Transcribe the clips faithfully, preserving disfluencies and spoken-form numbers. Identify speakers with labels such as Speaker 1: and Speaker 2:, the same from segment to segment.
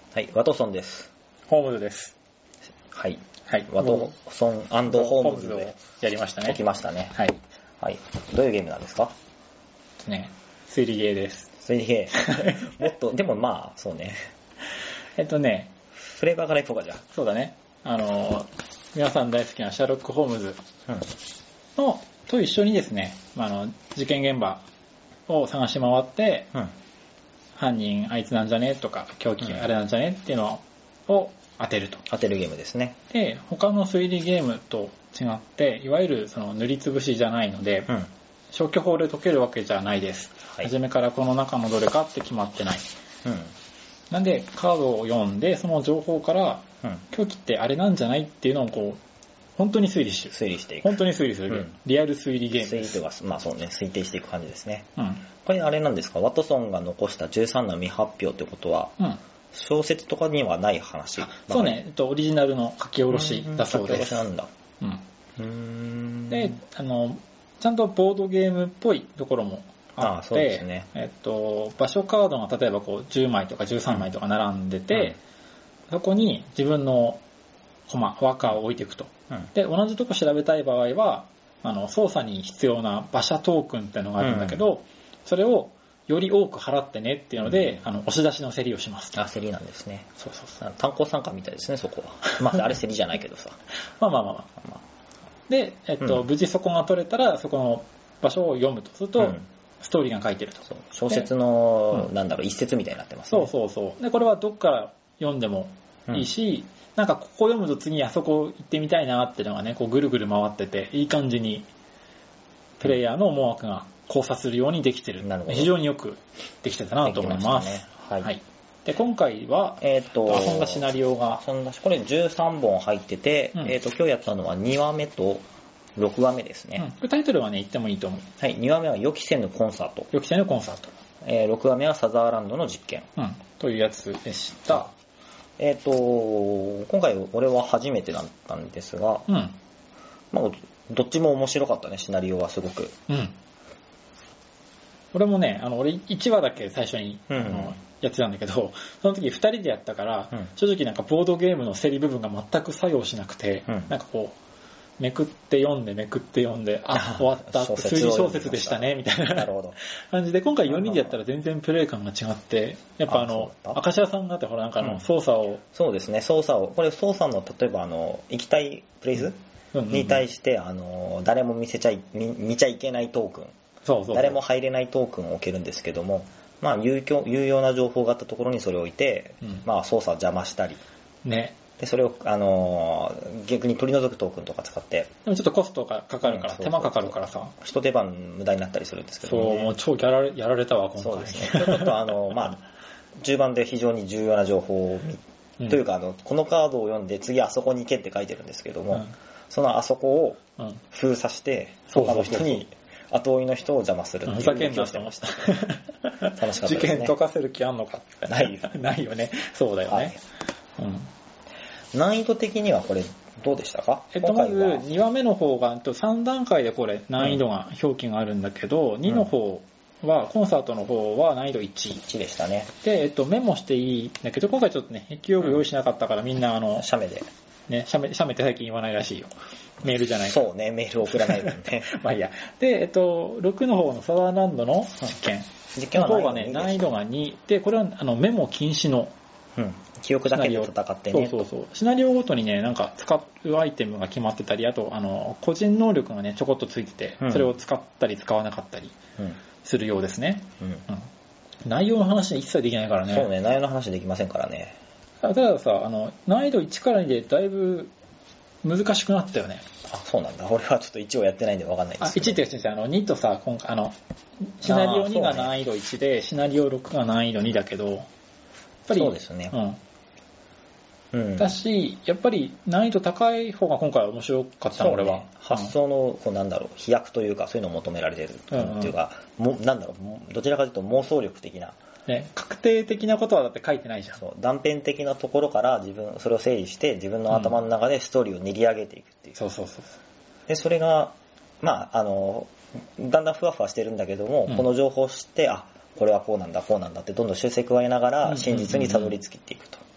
Speaker 1: はい、ワトソンです。
Speaker 2: ホームズです。
Speaker 1: はい。
Speaker 2: はい。
Speaker 1: ワトソン&ホームズで
Speaker 2: やりましたね。
Speaker 1: 起きましたね。
Speaker 2: はい。
Speaker 1: はい。どういうゲームなんですか？
Speaker 2: ね、推理ゲーです。
Speaker 1: 推理ゲー。もっと、でもまあ、そうね。
Speaker 2: えっとね、
Speaker 1: フレーバーからいこうかじゃあ。
Speaker 2: そうだね。あの、皆さん大好きなシャーロック・ホームズの、と一緒にですね、まあ、あの、事件現場を探し回って、うん、犯人あいつなんじゃねとか、凶器あれなんじゃねっていうのを当てると。
Speaker 1: 当てるゲームですね。
Speaker 2: で、他の推理ゲームと違って、いわゆるその塗りつぶしじゃないので、うん、消去法で解けるわけじゃないです。はい、初めからこの中のどれかって決まってない。うん、なんで、カードを読んで、その情報から、うん、凶器ってあれなんじゃないっていうのをこう、本当に推理して
Speaker 1: 推理していく。
Speaker 2: 本当に推理するゲーム。うん、リアル推理ゲームです。
Speaker 1: 推理とか、まあそうね、推定していく感じですね。
Speaker 2: うん、
Speaker 1: これあれなんですか、ワトソンが残したじゅうさんの未発表ってことは、うん、小説とかにはない話。
Speaker 2: そうね、えっと、オリジナルの書き下ろしだそうです。
Speaker 1: 書き下ろしなんだ。
Speaker 2: うん。うーんで、あの、ちゃんとボードゲームっぽいところもあって、ああそうですね、えっと、場所カードが例えばこうじゅうまいとかじゅうさんまいとか並んでて、うん、そこに自分のコマ、ワーカーを置いていくと。うん、で、同じとこ調べたい場合は、あの、操作に必要な馬車トークンっていうのがあるんだけど、うん、それをより多く払ってねっていうので、うん、あの、押し出しの競りをします。
Speaker 1: あ、競りなんですね。
Speaker 2: そうそうそう。
Speaker 1: 炭鉱参加みたいですね、そこは。まあ、あれ競りじゃないけどさ。
Speaker 2: まあまあまあまあ。まあ、で、えっと、うん、無事そこが取れたら、そこの場所を読むとすると、うん、ストーリーが書いてると。
Speaker 1: そう小説の、うん、なんだろう、一節みたいになってますね。
Speaker 2: そうそうそう。で、これはどっから読んでもいいし、なんかここ読むと次あそこ行ってみたいなっていうのがね、こうぐるぐる回ってて、いい感じにプレイヤーの思惑が交差するようにできてる。なるほど。非常によくできてたなと思います。ね、はい、はい。で、今回は、えっ、ー、と、遊んだシナリオが。
Speaker 1: 遊んだし、これじゅうさんぼん入ってて、うん、えっ、ー、と、今日やったのはにわめとろくわめですね。
Speaker 2: うん、タイトルはね、言ってもいいと思う。
Speaker 1: はい、にわめは予期せぬコンサート。
Speaker 2: 予期せぬコンサート。
Speaker 1: えー、ろくわめはサザーランドの実験。
Speaker 2: うん、というやつでした。
Speaker 1: えっ、ー、と、今回俺は初めてだったんですが、うん、まあ、どっちも面白かったね、シナリオはすごく。うん。
Speaker 2: 俺もね、あの、俺いちわだけ最初に、うんうん、あのやってたんだけど、その時ふたりでやったから、うん、正直なんかボードゲームの競り部分が全く作用しなくて、うん、なんかこう、めくって読んでめくって読んで、あ、終わったって推理小説でしたね、みたいな感じで、今回よにんでやったら全然プレイ感が違って、やっぱあの、明石家さんがあってほらなんかあの、操作を、うん。
Speaker 1: そうですね、操作を、これ操作の例えばあの、行きたいプレイス、うん、に対して、あの、誰も見せちゃい、見、見ちゃいけないトークン。そうそうそう。誰も入れないトークンを置けるんですけども、まあ有効、有用な情報があったところにそれを置いて、うん、まあ操作を邪魔したり。ね。で、それを、あのー、逆に取り除くトークンとか使って。
Speaker 2: でもちょっとコストがかかるから、うん、手間かかるからさ。
Speaker 1: 一手間無駄になったりするんですけど、ね、
Speaker 2: そう、もう超やられ、やられたわ、今回。
Speaker 1: そうですね。ちょっとあの、まあ、中盤で非常に重要な情報を見、うん、というか、あの、このカードを読んで次あそこに行けって書いてるんですけども、うん、そのあそこを封鎖して、うん、他の人に、後追いの人を邪魔するっていう動きをしてました。楽しかったですね。
Speaker 2: 事件解かせる気あんのかって。
Speaker 1: ないよ。
Speaker 2: ないよね。そうだよね。はい、
Speaker 1: うん難易度的にはこれどうでしたか？
Speaker 2: えっと、まずにわめの方がさん段階でこれ難易度が表記があるんだけど、うん、にの方はコンサートの方は難易度いち。
Speaker 1: いちでしたね。
Speaker 2: で、えっと、メモしていいんだけど、今回ちょっとね、筆記用具用意しなかったからみんなあの、
Speaker 1: 写メで。
Speaker 2: ね、写メ、写メって最近言わないらしいよ。メールじゃない
Speaker 1: そうね、メール送らないもんね。
Speaker 2: まあいいや。で、えっと、ろくの方のサザーランドの実験。実験はの方がね、難易度がに。で、これはあのメモ禁止の
Speaker 1: うん、記憶だけで戦ってね。
Speaker 2: そうそうそう。シナリオごとにね、なんか使うアイテムが決まってたり、あと、あの、個人能力がね、ちょこっとついてて、うん、それを使ったり使わなかったりするようですね。うんうん、内容の話一切できないからね。
Speaker 1: そうね、内容の話できませんからね。
Speaker 2: たださ、あの、難易度いちからにでだいぶ難しくなったよね。
Speaker 1: あ、そうなんだ。俺はちょっといちをやってないんで分かんないですけど。
Speaker 2: あ、いちって言ってあの、にとさ、今回、あの、シナリオにが難易度いちで、ね、シナリオろくが難易度にだけど、やっぱり
Speaker 1: そうですね。
Speaker 2: うん。うん、だし、やっぱり難易度高い方が今回は面白かったの、ね、俺は。
Speaker 1: 発想の、こうなんだろう、飛躍というか、そういうのを求められてるっていうか、うんうん、もなんだろう、どちらかというと妄想力的な。
Speaker 2: ね、確定的なことはだって書いてないじゃん。
Speaker 1: そう、断片的なところから自分、それを整理して、自分の頭の中でストーリーを練り上げていくっていう。
Speaker 2: うん、そうそうそう。
Speaker 1: で、それが、まあ、あの、だんだんふわふわしてるんだけども、うん、この情報を知って、あ、これはこうなんだこうなんだってどんどん修正加えながら真実にたどり着いていくと、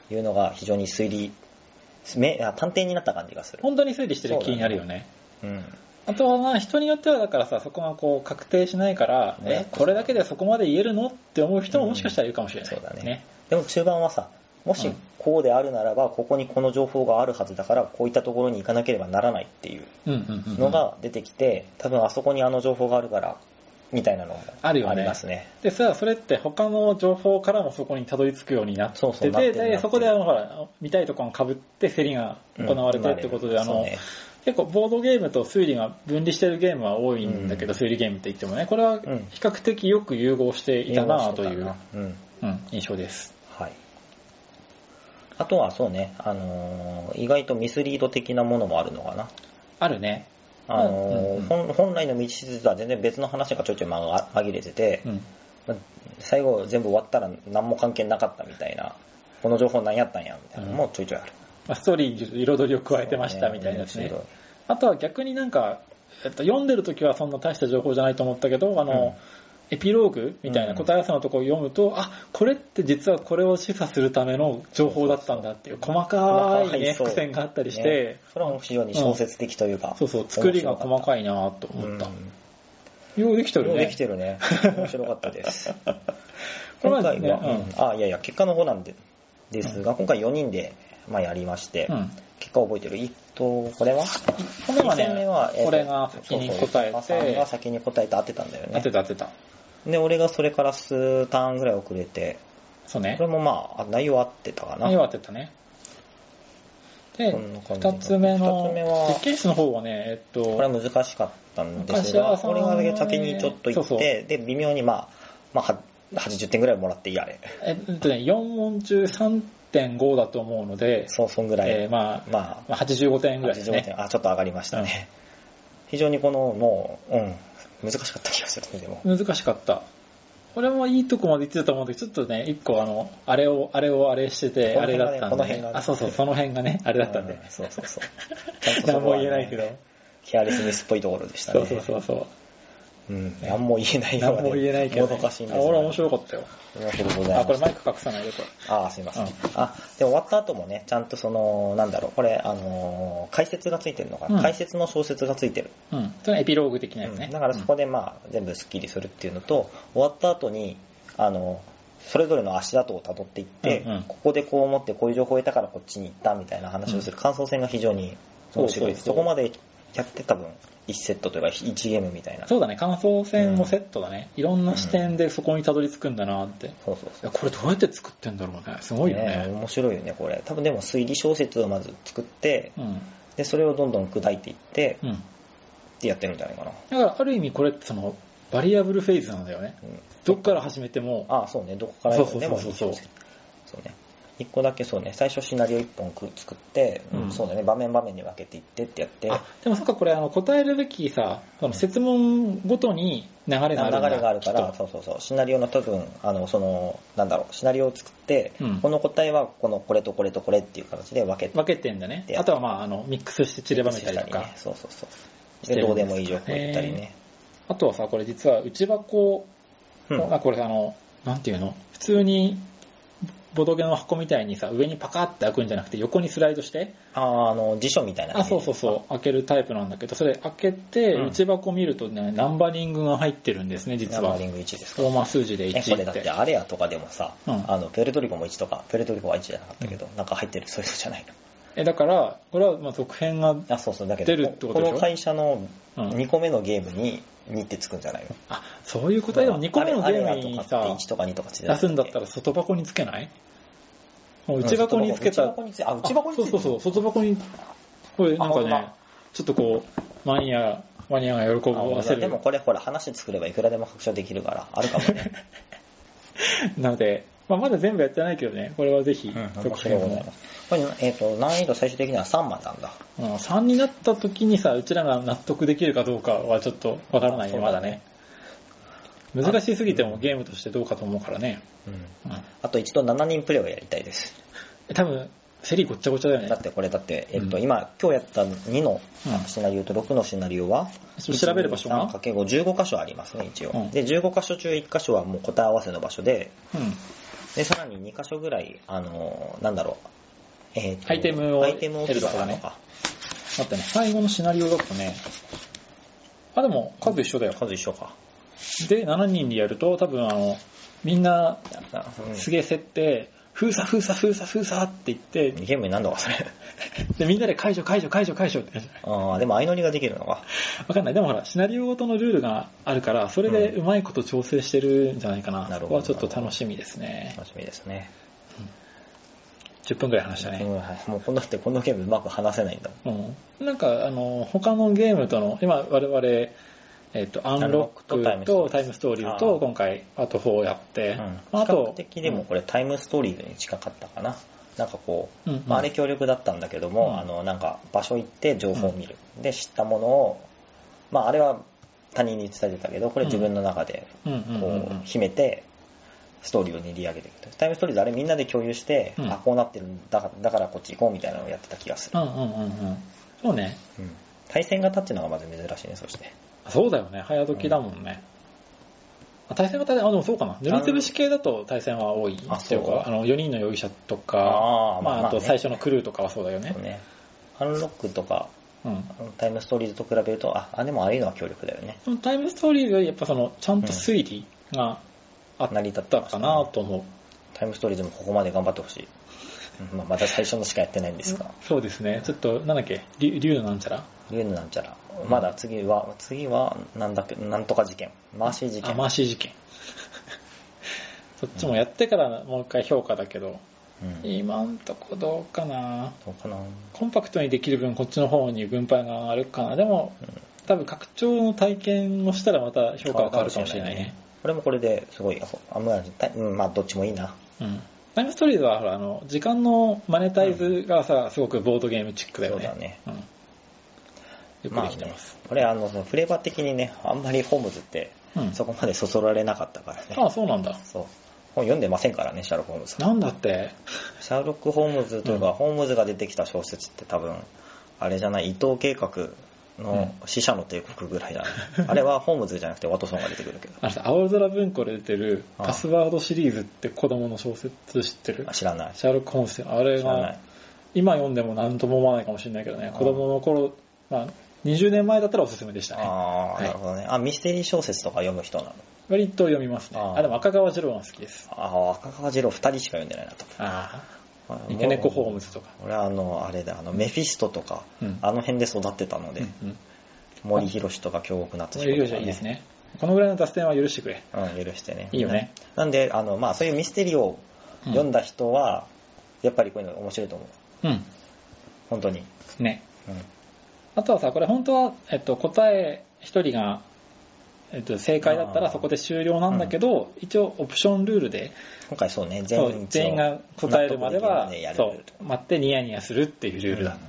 Speaker 1: いうのが非常に推理探偵になった感じがする。
Speaker 2: 本当に推理してる気になるよね。
Speaker 1: うん。
Speaker 2: あとはまあ人によってはだからさ、そこがこう確定しないから、ね、えこれだけでそこまで言えるのって思う人ももしかしたらいるかもしれない。
Speaker 1: うん、そうだね。ねでも中盤はさ、もしこうであるならば、ここにこの情報があるはずだからこういったところに行かなければならないっていうのが出てきて、多分あそこにあの情報があるからみたいなのもありますね。
Speaker 2: でさ、それって他の情報からもそこにたどり着くようになってて、そうそうででそこであのほら見たいところが被って競りが行われてるってことで、うん、あの、ね、結構ボードゲームと推理が分離してるゲームは多いんだけど、うん、推理ゲームって言ってもね、これは比較的よく融合していたなという、うんうん、印象です。
Speaker 1: はい。あとはそうね、あのー、意外とミスリード的なものもあるのかな。
Speaker 2: あるね。
Speaker 1: あのーうんうん、本来の道筋とは全然別の話がちょいちょい紛れてて、うんま、最後全部終わったら何も関係なかったみたいな、この情報何やったんやみたいなのもちょいちょいある。
Speaker 2: まあ、ストーリーに彩りを加えてましたみたいなやつね。あとは逆になんか、えっと、読んでる時はそんな大した情報じゃないと思ったけど、あの、うんエピローグみたいな答え合わせのところを読むと、うん、あ、これって実はこれを示唆するための情報だったんだっていう細かいね、伏線があったりして、ね、
Speaker 1: それは非常に小説的というか、
Speaker 2: うん、そうそう、作りが細かいなと思った。うん、ようできてるね。
Speaker 1: ようできてるね。面白かったです。今回は、ねうん、あ、いやいや、結果の方なんで、ですが、うん、今回よにんで、まあ、やりまして、うん、結果覚えてる。えっと、これは
Speaker 2: これはね、目は、えー、これが先に答えて、
Speaker 1: さんが先に答えて当てたんだよね。
Speaker 2: 当てた当てた。
Speaker 1: で、俺がそれから数ターンぐらい遅れて、
Speaker 2: そうね。
Speaker 1: これもまあ、内容合ってたかな。
Speaker 2: 内容合ってたね。で、二つ目の、二つ目は、実験室の方はね、えっと、
Speaker 1: これは難しかったんですが、俺が先にちょっと行って、そうそうで、微妙にまあ、まあ、はちじゅってんぐらいもらっていいあれ。
Speaker 2: えっとね、よん問中 さんてんご だと思うので、
Speaker 1: そう、そんぐらい。
Speaker 2: えー、まあ、まあ、はちじゅうごてんぐらいですね。はちじゅうごてん、あ、ちょっと
Speaker 1: 上がりましたね。うん、非常にこの、もう、うん、難しかった気がするね、でも。
Speaker 2: 難しかった。これもいいとこまで言ってたと思うんだけど、ちょっとね、一個あの、あれを、あれをあれしてて、あれだったんで、ね。この辺がね。あ、そうそう、その辺がね、あれだったんで。うん、
Speaker 1: そうそうそう。
Speaker 2: 何も言えないけど。
Speaker 1: ケアレスミスっぽいところでしたね。
Speaker 2: そうそうそうそう。
Speaker 1: うん、何も言えない
Speaker 2: よ、ね。何も言えないけど、ね。
Speaker 1: もどかしいんですよ、
Speaker 2: ね。俺面白かったよ。
Speaker 1: 面白いございます。
Speaker 2: あ、これマイク隠さないで、これ。
Speaker 1: あ、すいません。うん、あ、で、終わった後もね、ちゃんとその、なんだろう、これ、あのー、解説がついてるのかな、うん、解説の小説がついてる。
Speaker 2: うん。それエピローグ的なやつね。
Speaker 1: うん、だからそこでまあ、全部スッキリするっていうのと、終わった後に、あの、それぞれの足跡を辿っていって、うんうん、ここでこう思ってこういう情報を得たからこっちに行ったみたいな話をする感想戦が非常に面白いです。そこまでやって多分いちセットというかいちゲームみたいな。
Speaker 2: そうだね、感想戦もセットだね。うん、いろんな視点でそこにたどり着くんだなって。
Speaker 1: そうそうそう。
Speaker 2: これどうやって作ってんだろうね。すごいよね。
Speaker 1: ね、面白いよね、これ。多分でも推理小説をまず作って、うん、で、それをどんどん砕いていって、うん、ってやってるんじゃないかな。
Speaker 2: だからある意味これってその、バリアブルフェーズなんだよね。うん、どっから始めても。
Speaker 1: ああ、そうね。どこから始めてもいい。そうそうそう。そうね。一個だけそうね。最初シナリオ一本作って、うん、そうだね。場面場面に分けていってってやって。
Speaker 2: あ、でもそっか、これあの答えるべきさ、その設問ごとに流れがあるんだ。
Speaker 1: 流れがあるから、そうそうそう。シナリオの多分、あの、その、なんだろう、シナリオを作って、うん、この答えはこのこれとこれとこれっていう形で分けて。
Speaker 2: 分けてんだね。あとはまあ、あの、ミックスして散りばめたりとか。
Speaker 1: ね、そうそうそう。で、どうでもいい情報を言ったりね。
Speaker 2: あとはさ、これ実は内箱、うん、これあの、なんていうの普通に、ボドゲの箱みたいにさ、上にパカって開くんじゃなくて、横にスライドして。
Speaker 1: ああ、あの、辞書みたいな。
Speaker 2: あ、そうそうそう。開けるタイプなんだけど、それ開けて、うん、内箱見るとね、ナンバリングが入ってるんですね、実は。
Speaker 1: ナンバリングいちですか。
Speaker 2: ローマ数字でいちって。
Speaker 1: え、これだってアレアとかでもさ、うん、あの、ペルトリコもいちとか、ペルトリコはいちじゃなかったけど、うん、なんか入ってる、そういうのじゃないの。
Speaker 2: え、だから、これはまあ続編が出るってことでしょ。
Speaker 1: この会社のにこめのゲームににってつくんじゃないの。
Speaker 2: あ、そういうことでもにこめのゲームにさ、
Speaker 1: いちとかにとか
Speaker 2: 出すんだったら外箱につけない？内箱につけた。
Speaker 1: 内箱につけ、あ、内箱につけ
Speaker 2: そうそうそう、外箱に、これなんかね、ちょっとこう、マニア、マニアが喜ばせる。
Speaker 1: でもこれほら話作ればいくらでも拡張できるから、あるかもね。
Speaker 2: なので、まあ、まだ全部やってないけどね、これはぜひ、
Speaker 1: 続編を。これ、えっと、難易度最終的にはさんまでなんだ。
Speaker 2: うん、さんになった時にさ、うちらが納得できるかどうかはちょっとわからないね、まだね。難しすぎてもゲームとしてどうかと思うからね。
Speaker 1: うん。うん、あと一度しちにんプレイをやりたいです。
Speaker 2: 多分、セリごっちゃごちゃだよね。
Speaker 1: だってこれだって、えっと、うん、今、今日やったにのシナリオとろくのシナリオは、
Speaker 2: うん、調べる場所が
Speaker 1: さんかけご、じゅうご 箇所ありますね、一応。うん、で、じゅうご箇所中いっ箇所はもう答え合わせの場所で、うん、 で、さらにに箇所ぐらい、あの、なんだろう、えーと、
Speaker 2: アイテムを
Speaker 1: アイテムを得るとかね。
Speaker 2: 待ってね、最後のシナリオだとね、あ、でも数一緒だよ。
Speaker 1: 数一緒か。
Speaker 2: で、しちにんでやると、多分あの、みんな、すげえ設定、封鎖封鎖封鎖封鎖って言って、
Speaker 1: ゲームになんだかそれ。
Speaker 2: で、みんなで解除解除解除解除ってやる。
Speaker 1: ああ、でも相乗りができるのか。
Speaker 2: わかんない。でもほら、シナリオごとのルールがあるから、それでうまいこと調整してるんじゃないかな。うん、なるほど。そこはちょっと楽しみですね。
Speaker 1: 楽しみですね。
Speaker 2: うん、じゅっぷんくらい話したね。
Speaker 1: うん、はい。もうこのってこのゲームうまく話せないんだ
Speaker 2: もん。うん。なんか、あの、他のゲームとの、今我々、えっと、アンロックとタイムストーリーと今回パートフォーをやって、うん、
Speaker 1: あと比較的でもこれタイムストーリーに近かったかな。なんかこう、うんうん、まあ、あれ協力だったんだけども、うん、あのなんか場所行って情報を見る、うん、で知ったものを、まあ、あれは他人に伝えてたけどこれ自分の中でこう秘めてストーリーを練り上げていくと。タイムストーリーであれみんなで共有して、うん、あこうなってるんだだからこっち行こうみたいなのをやってた気がする。
Speaker 2: うんうんうんうん、そうね、
Speaker 1: うん、対戦型っていうのがまず珍しいね。そして
Speaker 2: そうだよね、早時だもんね。うん、対戦型で、あ、でもそうかな。塗りつぶし系だと対戦は多いっていうか、あのよにんの容疑者とか、あ、まあ、あと最初のクルーとかはそうだよね。
Speaker 1: そうね。アンロックとか、うん、タイムストーリーズと比べると、あ、でもああいうのは強力だよね。
Speaker 2: タイムストーリーズよりやっぱその、ちゃんと推理があったかなと思う、うん。
Speaker 1: タイムストーリーズもここまで頑張ってほしい。まあ、まだ最初のしかやってないんですが。
Speaker 2: そうですね。ちょっと、なんだっけ、竜のなんちゃら
Speaker 1: 竜のなんちゃら。まだ次は、次は、なんだっけ、なんとか事件。マーシー事件。
Speaker 2: あ、マーシー事件。そっちもやってからもう一回評価だけど、うん、今んとこどうかな。
Speaker 1: どうかな。
Speaker 2: コンパクトにできる分こっちの方に分配が上がるかな。でも、うん、多分拡張の体験をしたらまた評価が変わるかもしれないね。
Speaker 1: これもこれですごい、あ、うん、まあどっちもいいな。
Speaker 2: うん。タイムストーリーズはほらあの時間のマネタイズがさ、うん、すごくボードゲームチックだよね。
Speaker 1: そうだね。
Speaker 2: うん。よくできてます。
Speaker 1: まあね、これあのフレーバー的にね、あんまりホームズって、うん、そこまでそそられなかったからね。
Speaker 2: ああ、そうなんだ。
Speaker 1: そう。本読んでませんからね、シャーロック・ホームズ。
Speaker 2: なんだって。
Speaker 1: シャーロック・ホームズというか、うん、ホームズが出てきた小説って多分あれじゃない、伊藤計画の死者の帝国ぐらいだね、うん、あれはホームズじゃなくてワトソンが出てくるけど。
Speaker 2: あれさ、青空文庫で出てるパスワードシリーズって子供の小説知ってる？
Speaker 1: あ、知らない。
Speaker 2: シャーロック・ホームズ、あれが今読んでも何とも思わないかもしれないけどね、子供の頃、まあにじゅうねんまえだったらおすすめでしたね。
Speaker 1: ああ、はい、なるほどね。あ、ミステリー小説とか読む人なの？
Speaker 2: 割と読みますね。ああ、でも赤川次郎が好きです。
Speaker 1: ああ、赤川次郎ふたりしか読んでないなと。
Speaker 2: ああ。池猫ホームズとか。
Speaker 1: 俺はあの、あれだ、あの、メフィストとか、うん、あの辺で育ってたので、うんうん、森博とか京極夏彦とか、ね。森博いいですね。
Speaker 2: このぐらいの脱線は許してくれ。
Speaker 1: うん、許してね。
Speaker 2: いいよね。
Speaker 1: なんで、あの、まあそういうミステリーを読んだ人は、うん、やっぱりこういうの面白いと思う。うん。本当に。
Speaker 2: ね。うん。あとはさ、これ本当は、えっと、答え一人が、えっと、正解だったらそこで終了なんだけど、うん、一応オプションルールで、
Speaker 1: 今回そうね、全員
Speaker 2: 全員が答えるまでは、そう待ってニヤニヤするっていうルールだ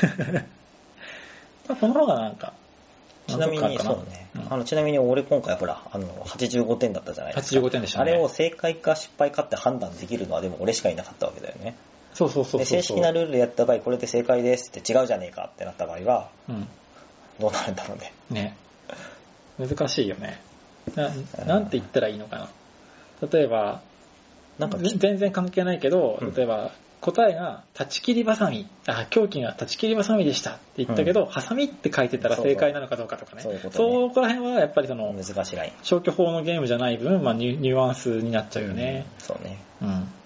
Speaker 2: った。この方がなんか、
Speaker 1: ちなみにそうね、うん、あのちなみに俺今回ほらあのはちじゅうごてんだったじゃないですか。
Speaker 2: はちじゅうごてんでしたね。
Speaker 1: あれを正解か失敗かって判断できるのはでも俺しかいなかったわけだよね。
Speaker 2: そうそうそうそう。
Speaker 1: で正式なルールでやった場合これで正解ですって違うじゃねえかってなった場合は、うん、どうなるんだろうね。
Speaker 2: ね。難しいよね。な、なんて言ったらいいのかな。例えば、なんか全然関係ないけど、例えば、うん、答えが、断ち切りバサミ、あ、凶器が断ち切りバサミでしたって言ったけど、うん、ハサミって書いてたら正解なのかどうかとかね。そうそう、そういうことね。そこら辺はやっぱりその、
Speaker 1: 難しいライン。
Speaker 2: 消去法のゲームじゃない分、まあニュ、ニュアンスになっちゃうよね。
Speaker 1: うん、そうね。
Speaker 2: うん。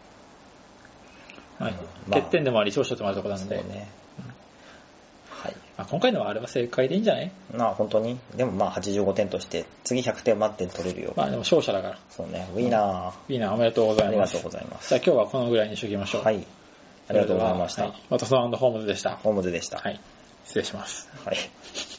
Speaker 2: はい。うん、欠点でもあり、長所でもあるところなんで。
Speaker 1: そうね。はい、
Speaker 2: まあ、今回のはあれは正解でいいんじゃない？
Speaker 1: まあ本当に。でもまあはちじゅうごてんとして次ひゃくてん満点取れるよ。
Speaker 2: まあでも勝者だから。
Speaker 1: そうね。ウィナー。
Speaker 2: ウィナーおめでとうございます。
Speaker 1: ありがとうございます。
Speaker 2: じゃあ今日はこのぐらいにしておきましょう。
Speaker 1: はい。ありがとうございました。
Speaker 2: ワトソン&ホームズでした。
Speaker 1: ホームズでした。
Speaker 2: はい。失礼します。
Speaker 1: はい。